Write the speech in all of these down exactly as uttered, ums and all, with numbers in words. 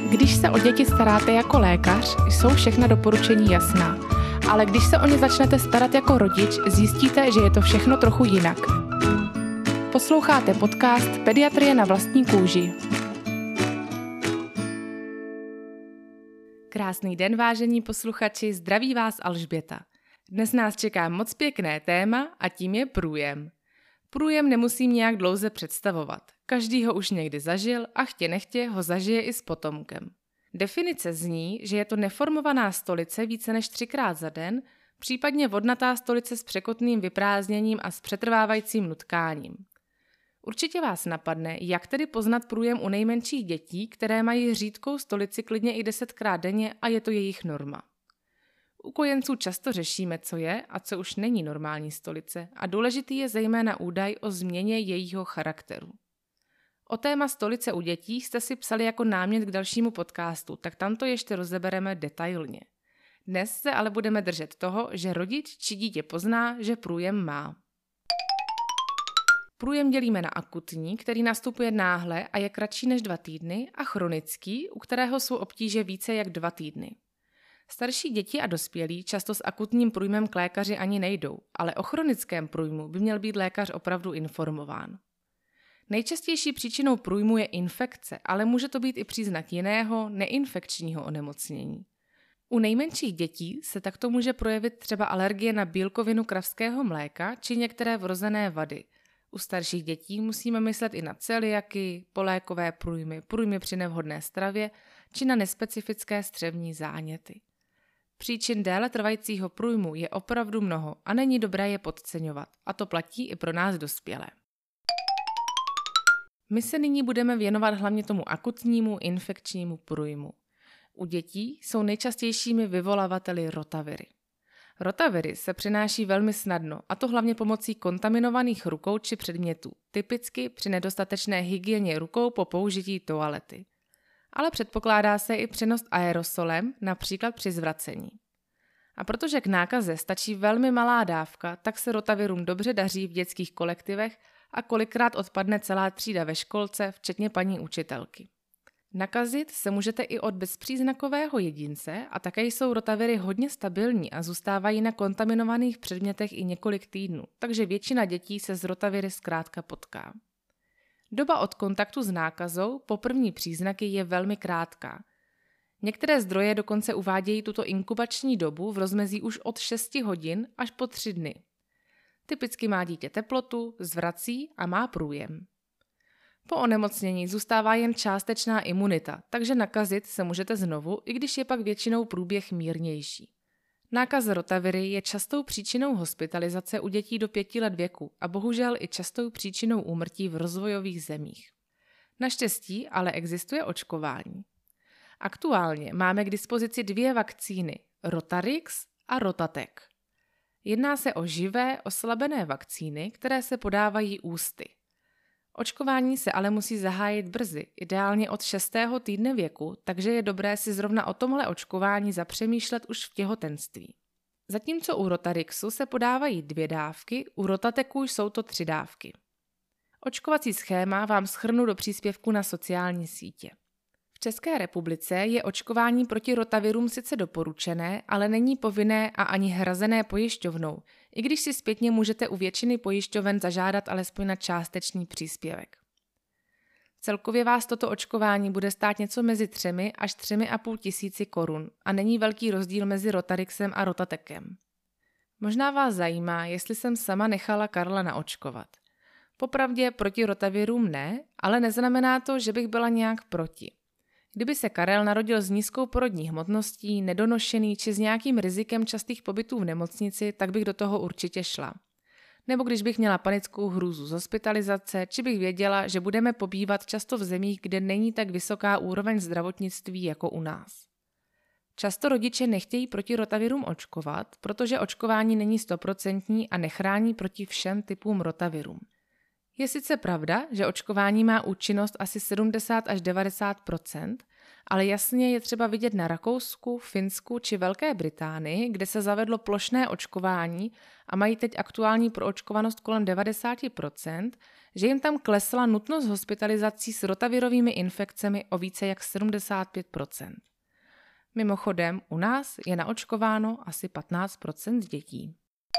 Když se o děti staráte jako lékař, jsou všechna doporučení jasná. Ale když se o ně začnete starat jako rodič, zjistíte, že je to všechno trochu jinak. Posloucháte podcast Pediatrie na vlastní kůži. Krásný den, vážení posluchači, zdraví vás Alžběta. Dnes nás čeká moc pěkné téma a tím je průjem. Průjem nemusím nějak dlouze představovat. Každý ho už někdy zažil a chtě nechtě ho zažije i s potomkem. Definice zní, že je to neformovaná stolice více než třikrát za den, případně vodnatá stolice s překotným vyprázdněním a s přetrvávajícím nutkáním. Určitě vás napadne, jak tedy poznat průjem u nejmenších dětí, které mají řídkou stolici klidně i desetkrát denně a je to jejich norma. U kojenců často řešíme, co je a co už není normální stolice a důležitý je zejména údaj o změně jejího charakteru. O téma stolice u dětí jste si psali jako námět k dalšímu podcastu, tak tam to ještě rozebereme detailně. Dnes se ale budeme držet toho, že rodič či dítě pozná, že průjem má. Průjem dělíme na akutní, který nastupuje náhle a je kratší než dva týdny, a chronický, u kterého jsou obtíže více jak dva týdny. Starší děti a dospělí často s akutním průjmem k lékaři ani nejdou, ale o chronickém průjmu by měl být lékař opravdu informován. Nejčastější příčinou průjmu je infekce, ale může to být i příznak jiného, neinfekčního onemocnění. U nejmenších dětí se takto může projevit třeba alergie na bílkovinu kravského mléka či některé vrozené vady. U starších dětí musíme myslet i na celiaky, polékové průjmy, průjmy při nevhodné stravě či na nespecifické střevní záněty. Příčin déle trvajícího průjmu je opravdu mnoho a není dobré je podceňovat, a to platí i pro nás dospělé. My se nyní budeme věnovat hlavně tomu akutnímu infekčnímu průjmu. U dětí jsou nejčastějšími vyvolavateli rotaviry. Rotaviry se přenáší velmi snadno, a to hlavně pomocí kontaminovaných rukou či předmětů, typicky při nedostatečné hygieně rukou po použití toalety. Ale předpokládá se i přenos aerosolem, například při zvracení. A protože k nákaze stačí velmi malá dávka, tak se rotavirům dobře daří v dětských kolektivech a kolikrát odpadne celá třída ve školce, včetně paní učitelky. Nakazit se můžete i od bezpříznakového jedince a také jsou rotaviry hodně stabilní a zůstávají na kontaminovaných předmětech i několik týdnů, takže většina dětí se s rotaviry zkrátka potká. Doba od kontaktu s nákazou po první příznaky je velmi krátká. Některé zdroje dokonce uvádějí tuto inkubační dobu v rozmezí už od šesti hodin až po tři dny. Typicky má dítě teplotu, zvrací a má průjem. Po onemocnění zůstává jen částečná imunita, takže nakazit se můžete znovu, i když je pak většinou průběh mírnější. Nákaza rotaviry je častou příčinou hospitalizace u dětí do pěti let věku a bohužel i častou příčinou úmrtí v rozvojových zemích. Naštěstí ale existuje očkování. Aktuálně máme k dispozici dvě vakcíny, Rotarix a Rotateq. Jedná se o živé, oslabené vakcíny, které se podávají ústy. Očkování se ale musí zahájit brzy, ideálně od šestého týdne věku, takže je dobré si zrovna o tomhle očkování zapřemýšlet už v těhotenství. Zatímco u Rotarixu se podávají dvě dávky, u Rotatequ jsou to tři dávky. Očkovací schéma vám shrnu do příspěvku na sociální sítě. V České republice je očkování proti rotavirům sice doporučené, ale není povinné a ani hrazené pojišťovnou, i když si zpětně můžete u většiny pojišťoven zažádat alespoň na částečný příspěvek. Celkově vás toto očkování bude stát něco mezi třemi až třemi a půl tisíci korun a není velký rozdíl mezi Rotarixem a Rotateqem. Možná vás zajímá, jestli jsem sama nechala Karla naočkovat. Popravdě proti rotavirům ne, ale neznamená to, že bych byla nějak proti. Kdyby se Karel narodil s nízkou porodní hmotností, nedonošený či s nějakým rizikem častých pobytů v nemocnici, tak bych do toho určitě šla. Nebo když bych měla panickou hrůzu z hospitalizace, či bych věděla, že budeme pobývat často v zemích, kde není tak vysoká úroveň zdravotnictví jako u nás. Často rodiče nechtějí proti rotavirům očkovat, protože očkování není stoprocentní a nechrání proti všem typům rotavirům. Je sice pravda, že očkování má účinnost asi sedmdesát až devadesát procent, ale jasně je třeba vidět na Rakousku, Finsku či Velké Británii, kde se zavedlo plošné očkování a mají teď aktuální proočkovanost kolem devadesát procent, že jim tam klesla nutnost hospitalizací s rotavirovými infekcemi o více jak sedmdesát pět procent. Mimochodem, u nás je naočkováno asi patnáct procent dětí.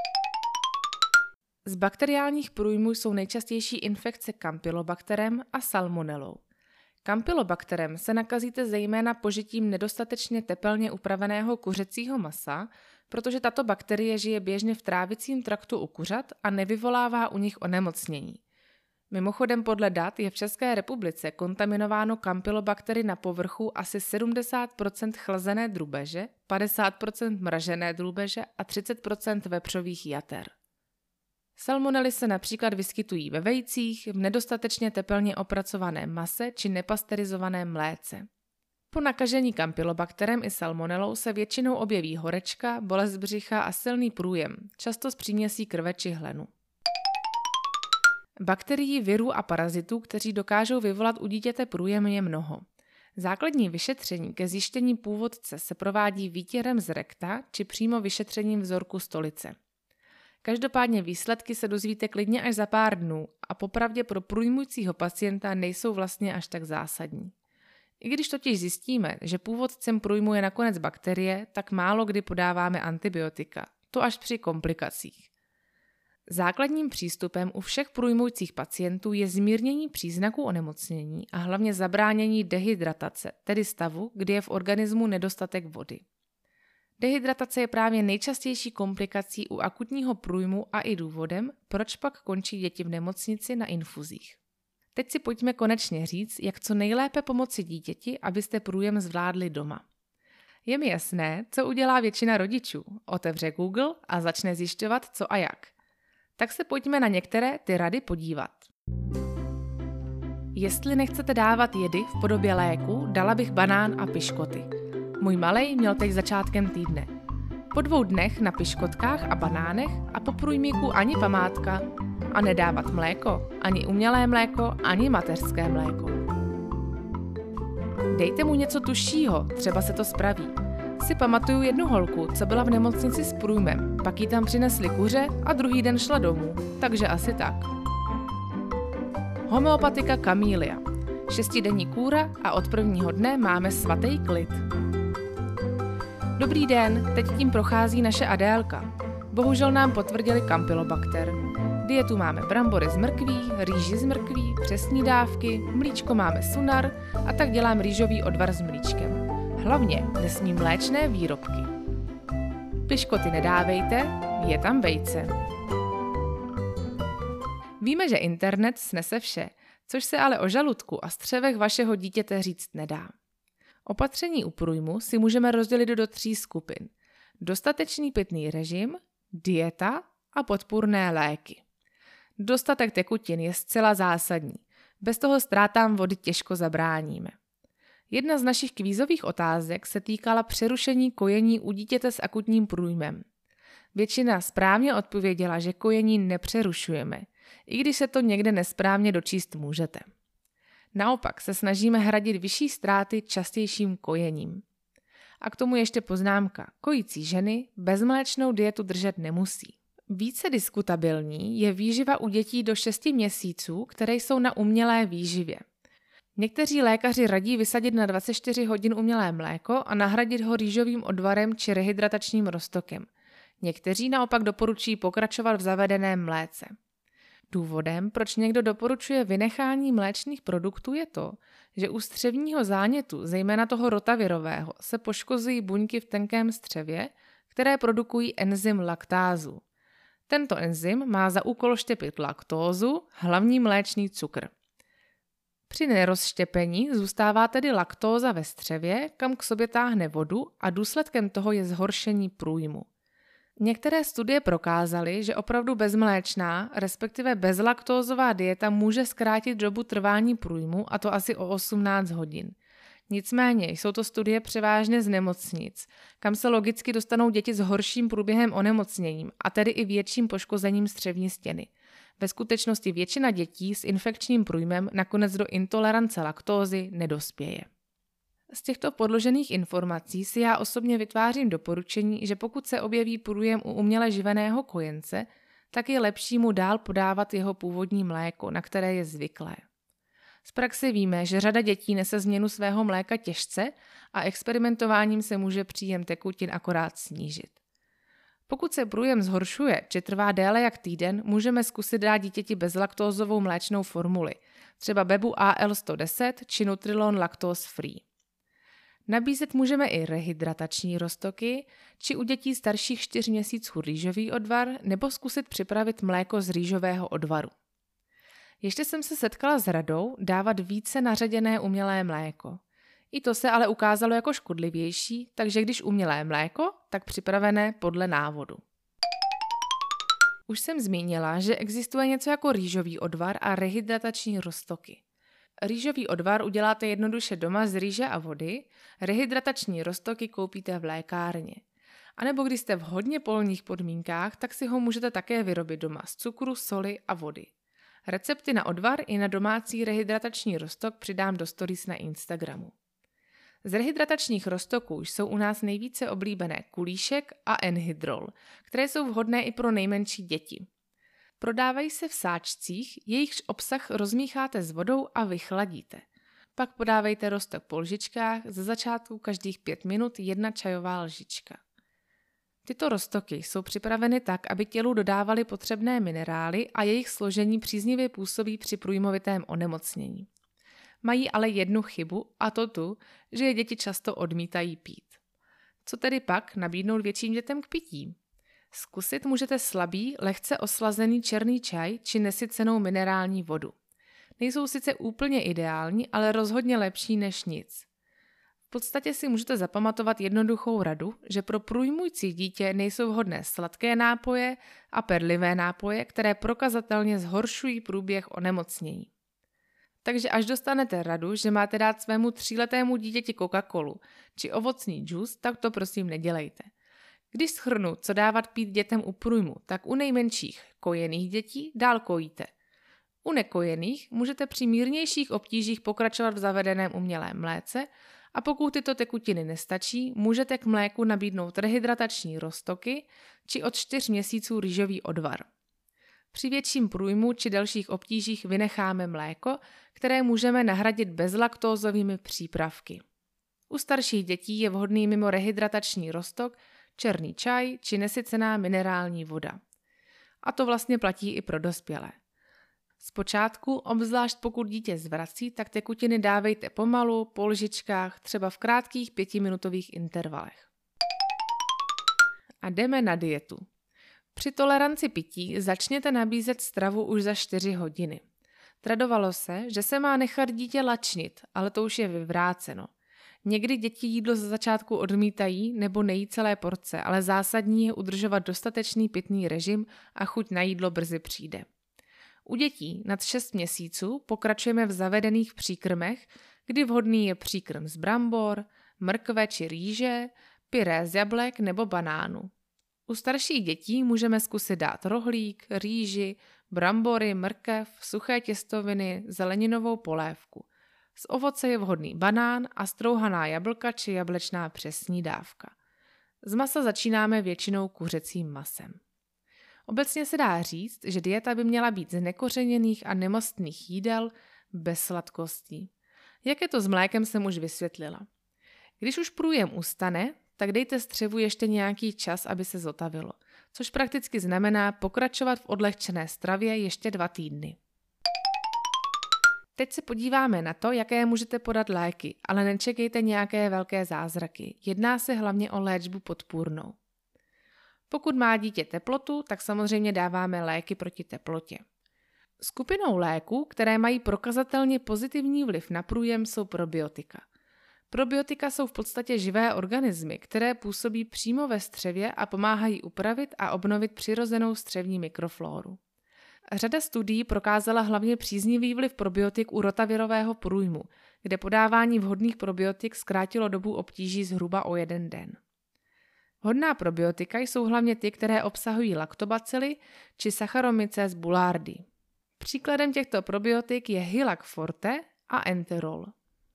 Z bakteriálních průjmů jsou nejčastější infekce kampylobakterem a salmonelou. Kampylobakterem se nakazíte zejména požitím nedostatečně tepelně upraveného kuřecího masa, protože tato bakterie žije běžně v trávicím traktu u kuřat a nevyvolává u nich onemocnění. Mimochodem podle dat je v České republice kontaminováno kampylobaktery na povrchu asi sedmdesát procent chlazené drůbeže, padesát procent mražené drůbeže a třicet procent vepřových jater. Salmonely se například vyskytují ve vejcích, v nedostatečně tepelně opracovaném mase či nepasterizovaném mléce. Po nakažení kampylobakterem i salmonelou se většinou objeví horečka, bolest břicha a silný průjem, často s příměsí krve či hlenu. Bakterií, virů a parazitů, kteří dokážou vyvolat u dítěte průjem, je mnoho. Základní vyšetření ke zjištění původce se provádí výtěrem z rekta či přímo vyšetřením vzorku stolice. Každopádně výsledky se dozvíte klidně až za pár dnů a popravdě pro průjmujícího pacienta nejsou vlastně až tak zásadní. I když totiž zjistíme, že původcem průjmu je nakonec bakterie, tak málo kdy podáváme antibiotika, to až při komplikacích. Základním přístupem u všech průjmujících pacientů je zmírnění příznaků onemocnění a hlavně zabránění dehydratace, tedy stavu, kdy je v organismu nedostatek vody. Dehydratace je právě nejčastější komplikací u akutního průjmu a i důvodem, proč pak končí děti v nemocnici na infuzích. Teď si pojďme konečně říct, jak co nejlépe pomoci dítěti, abyste průjem zvládli doma. Je mi jasné, co udělá většina rodičů. Otevře Google a začne zjišťovat, co a jak. Tak se pojďme na některé ty rady podívat. Jestli nechcete dávat jedy v podobě léku, dala bych banán a piškoty. Můj malej měl teď začátkem týdne. Po dvou dnech na piškotkách a banánech a po průjmíku ani památka. A nedávat mléko, ani umělé mléko, ani mateřské mléko. Dejte mu něco tužšího, třeba se to spraví. Si pamatuju jednu holku, co byla v nemocnici s průjmem, pak jí tam přinesli kuře a druhý den šla domů, takže asi tak. Homeopatika Camellia. Šestidenní kůra a od prvního dne máme svatý klid. Dobrý den, teď tím prochází naše Adélka. Bohužel nám potvrdili kampylobakter. Dietu máme brambory z mrkví, rýži z mrkví, přesní dávky, mlíčko máme sunar a tak dělám rýžový odvar s mlíčkem. Hlavně nesmí mléčné výrobky. Piškoty nedávejte, je tam vejce. Víme, že internet snese vše, což se ale o žaludku a střevech vašeho dítěte říct nedá. Opatření u průjmu si můžeme rozdělit do tří skupin. Dostatečný pitný režim, dieta a podpůrné léky. Dostatek tekutin je zcela zásadní. Bez toho ztrátám vody těžko zabráníme. Jedna z našich kvízových otázek se týkala přerušení kojení u dítěte s akutním průjmem. Většina správně odpověděla, že kojení nepřerušujeme, i když se to někde nesprávně dočíst můžete. Naopak se snažíme hradit vyšší ztráty častějším kojením. A k tomu ještě poznámka. Kojící ženy bezmléčnou dietu držet nemusí. Více diskutabilní je výživa u dětí do šesti měsíců, které jsou na umělé výživě. Někteří lékaři radí vysadit na dvacet čtyři hodin umělé mléko a nahradit ho rýžovým odvarem či rehydratačním roztokem. Někteří naopak doporučují pokračovat v zavedeném mléce. Důvodem, proč někdo doporučuje vynechání mléčných produktů, je to, že u střevního zánětu, zejména toho rotavirového, se poškozují buňky v tenkém střevě, které produkují enzym laktázu. Tento enzym má za úkol štěpit laktózu, hlavní mléčný cukr. Při nerozštěpení zůstává tedy laktóza ve střevě, kam k sobě táhne vodu a důsledkem toho je zhoršení průjmu. Některé studie prokázaly, že opravdu bezmléčná, respektive bezlaktózová dieta může zkrátit dobu trvání průjmu, a to asi o osmnáct hodin. Nicméně jsou to studie převážně z nemocnic, kam se logicky dostanou děti s horším průběhem onemocněním a tedy i větším poškozením střevní stěny. Ve skutečnosti většina dětí s infekčním průjmem nakonec do intolerance laktózy nedospěje. Z těchto podložených informací si já osobně vytvářím doporučení, že pokud se objeví průjem u uměle živeného kojence, tak je lepší mu dál podávat jeho původní mléko, na které je zvyklé. Z praxe víme, že řada dětí nese změnu svého mléka těžce a experimentováním se může příjem tekutin akorát snížit. Pokud se průjem zhoršuje, či trvá déle jak týden, můžeme zkusit dát dítěti bezlaktózovou mléčnou formuli, třeba Bebu A L sto deset či Nutrilon Lactose Free. Nabízet můžeme i rehydratační roztoky, či u dětí starších čtyř měsíců rýžový odvar, nebo zkusit připravit mléko z rýžového odvaru. Ještě jsem se setkala s radou dávat více naředěné umělé mléko. I to se ale ukázalo jako škodlivější, takže když umělé mléko, tak připravené podle návodu. Už jsem zmínila, že existuje něco jako rýžový odvar a rehydratační roztoky. Rýžový odvar uděláte jednoduše doma z rýže a vody, rehydratační roztoky koupíte v lékárně. A nebo když jste v hodně polních podmínkách, tak si ho můžete také vyrobit doma z cukru, soli a vody. Recepty na odvar i na domácí rehydratační roztok přidám do stories na Instagramu. Z rehydratačních roztoků jsou u nás nejvíce oblíbené kulíšek a enhydrol, které jsou vhodné i pro nejmenší děti. Prodávají se v sáčcích, jejichž obsah rozmícháte s vodou a vychladíte. Pak podávejte roztok po lžičkách, ze začátku každých pět minut jedna čajová lžička. Tyto roztoky jsou připraveny tak, aby tělu dodávaly potřebné minerály a jejich složení příznivě působí při průjmovitém onemocnění. Mají ale jednu chybu, a to tu, že je děti často odmítají pít. Co tedy pak nabídnout větším dětem k pití? Zkusit můžete slabý, lehce oslazený černý čaj či nesycenou minerální vodu. Nejsou sice úplně ideální, ale rozhodně lepší než nic. V podstatě si můžete zapamatovat jednoduchou radu, že pro průjmující dítě nejsou vhodné sladké nápoje a perlivé nápoje, které prokazatelně zhoršují průběh onemocnění. Takže až dostanete radu, že máte dát svému tříletému dítěti Coca-Colu či ovocný džus, tak to prosím nedělejte. Když shrnu, co dávat pít dětem u průjmu, tak u nejmenších kojených dětí dál kojíte. U nekojených můžete při mírnějších obtížích pokračovat v zavedeném umělém mléce a pokud tyto tekutiny nestačí, můžete k mléku nabídnout rehydratační roztoky či od čtyř měsíců rýžový odvar. Při větším průjmu či dalších obtížích vynecháme mléko, které můžeme nahradit bezlaktózovými přípravky. U starších dětí je vhodný mimo rehydratační roztok černý čaj či nesycená minerální voda. A to vlastně platí i pro dospělé. Zpočátku, obzvlášť pokud dítě zvrací, tak tekutiny dávejte pomalu, po lžičkách, třeba v krátkých pětiminutových intervalech. A jdeme na dietu. Při toleranci pití začněte nabízet stravu už za čtyři hodiny. Tradovalo se, že se má nechat dítě lačnit, ale to už je vyvráceno. Někdy děti jídlo ze začátku odmítají nebo nejí celé porce, ale zásadní je udržovat dostatečný pitný režim a chuť na jídlo brzy přijde. U dětí nad šest měsíců pokračujeme v zavedených příkrmech, kdy vhodný je příkrm z brambor, mrkve či rýže, pyré z jablek nebo banánu. U starších dětí můžeme zkusit dát rohlík, rýži, brambory, mrkev, suché těstoviny, zeleninovou polévku. Z ovoce je vhodný banán a strouhaná jablka či jablečná přesní dávka. Z masa začínáme většinou kuřecím masem. Obecně se dá říct, že dieta by měla být z nekořeněných a nemastných jídel bez sladkostí. Jak je to s mlékem, jsem už vysvětlila. Když už průjem ustane, tak dejte střevu ještě nějaký čas, aby se zotavilo, což prakticky znamená pokračovat v odlehčené stravě ještě dva týdny. Teď se podíváme na to, jaké můžete podat léky, ale nečekejte nějaké velké zázraky. Jedná se hlavně o léčbu podpůrnou. Pokud má dítě teplotu, tak samozřejmě dáváme léky proti teplotě. Skupinou léků, které mají prokazatelně pozitivní vliv na průjem, jsou probiotika. Probiotika jsou v podstatě živé organismy, které působí přímo ve střevě a pomáhají upravit a obnovit přirozenou střevní mikroflóru. Řada studií prokázala hlavně příznivý vliv probiotik u rotavirového průjmu, kde podávání vhodných probiotik zkrátilo dobu obtíží zhruba o jeden den. Vhodná probiotika jsou hlavně ty, které obsahují laktobacily či Saccharomyces boulardii. Příkladem těchto probiotik je Hylac forte a Enterol.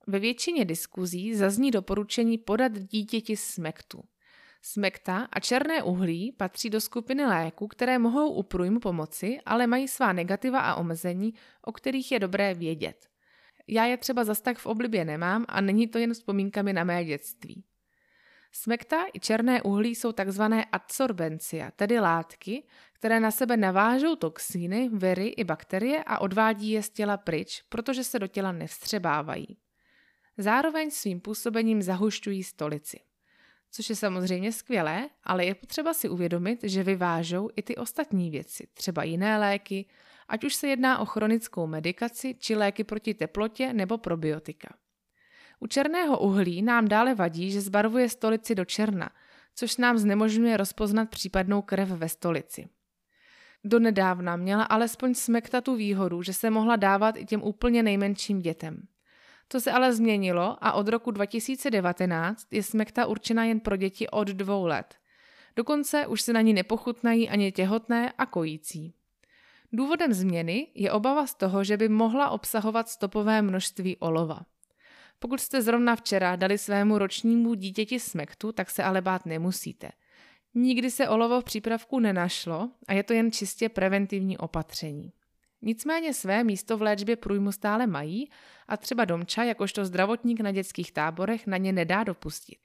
Ve většině diskuzí zazní doporučení podat dítěti smektu. Smekta a černé uhlí patří do skupiny léků, které mohou u průjmu pomoci, ale mají svá negativa a omezení, o kterých je dobré vědět. Já je třeba zas tak v oblibě nemám a není to jen vzpomínkami na mé dětství. Smekta i černé uhlí jsou takzvané adsorbencia, tedy látky, které na sebe navážou toxíny, viry i bakterie a odvádí je z těla pryč, protože se do těla nevstřebávají. Zároveň svým působením zahušťují stolici. Což je samozřejmě skvělé, ale je potřeba si uvědomit, že vyvážou i ty ostatní věci, třeba jiné léky, ať už se jedná o chronickou medikaci či léky proti teplotě nebo probiotika. U černého uhlí nám dále vadí, že zbarvuje stolici do černa, což nám znemožňuje rozpoznat případnou krev ve stolici. Donedávna měla alespoň smekta tu výhodu, že se mohla dávat i těm úplně nejmenším dětem. To se ale změnilo a od roku dva tisíce devatenáct je smekta určena jen pro děti od dvou let. Dokonce už se na ní nepochutnají ani těhotné a kojící. Důvodem změny je obava z toho, že by mohla obsahovat stopové množství olova. Pokud jste zrovna včera dali svému ročnímu dítěti smektu, tak se ale bát nemusíte. Nikdy se olovo v přípravku nenašlo a je to jen čistě preventivní opatření. Nicméně své místo v léčbě průjmu stále mají a třeba Domča, jakožto zdravotník na dětských táborech, na ně nedá dopustit.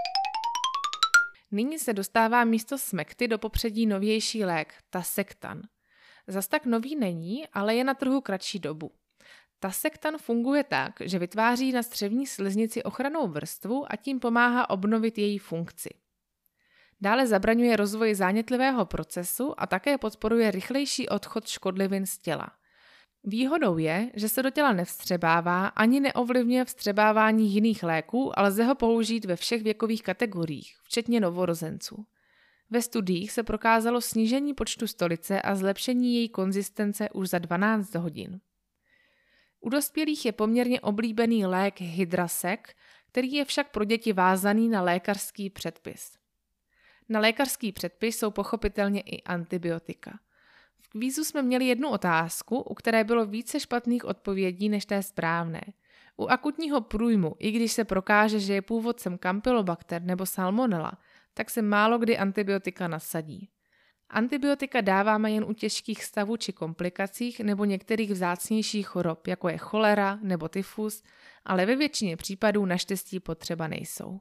Nyní se dostává místo smekty do popředí novější lék, Tasektan. Zas tak nový není, ale je na trhu kratší dobu. Tasektan funguje tak, že vytváří na střevní sliznici ochrannou vrstvu a tím pomáhá obnovit její funkci. Dále zabraňuje rozvoji zánětlivého procesu a také podporuje rychlejší odchod škodlivin z těla. Výhodou je, že se do těla nevstřebává ani neovlivňuje vstřebávání jiných léků, ale lze ho použít ve všech věkových kategoriích, včetně novorozenců. Ve studiích se prokázalo snížení počtu stolice a zlepšení její konzistence už za dvanáct hodin. U dospělých je poměrně oblíbený lék Hydrasec, který je však pro děti vázaný na lékařský předpis. Na lékařský předpis jsou pochopitelně i antibiotika. V kvízu jsme měli jednu otázku, u které bylo více špatných odpovědí než té správné. U akutního průjmu, i když se prokáže, že je původcem Campylobacter nebo Salmonella, tak se málo kdy antibiotika nasadí. Antibiotika dáváme jen u těžkých stavů či komplikacích nebo některých vzácnějších chorob, jako je cholera nebo tyfus, ale ve většině případů naštěstí potřeba nejsou.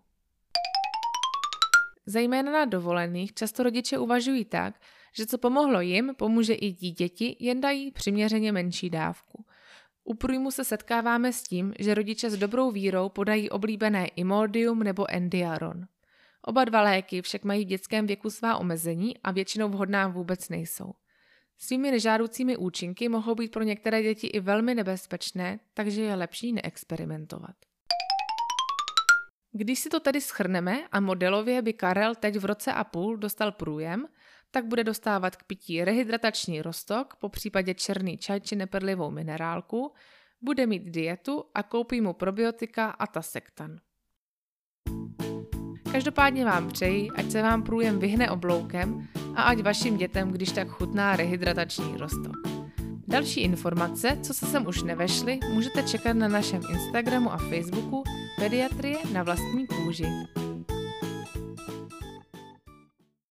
Zejména na dovolených často rodiče uvažují tak, že co pomohlo jim, pomůže i dítěti, jen dají přiměřeně menší dávku. U průjmu se setkáváme s tím, že rodiče s dobrou vírou podají oblíbené Imodium nebo Endiaron. Oba dva léky však mají v dětském věku svá omezení a většinou vhodná vůbec nejsou. Svými nežádoucími účinky mohou být pro některé děti i velmi nebezpečné, takže je lepší neexperimentovat. Když si to tedy shrneme a modelově by Karel teď v roce a půl dostal průjem, tak bude dostávat k pití rehydratační roztok, popřípadě černý čaj či neperlivou minerálku, bude mít dietu a koupí mu probiotika a Tasektan. Každopádně vám přeji, ať se vám průjem vyhne obloukem a ať vašim dětem když tak chutná rehydratační roztok. Další informace, co se sem už nevešly, můžete čekat na našem Instagramu a Facebooku Pediatrie na vlastní kůži.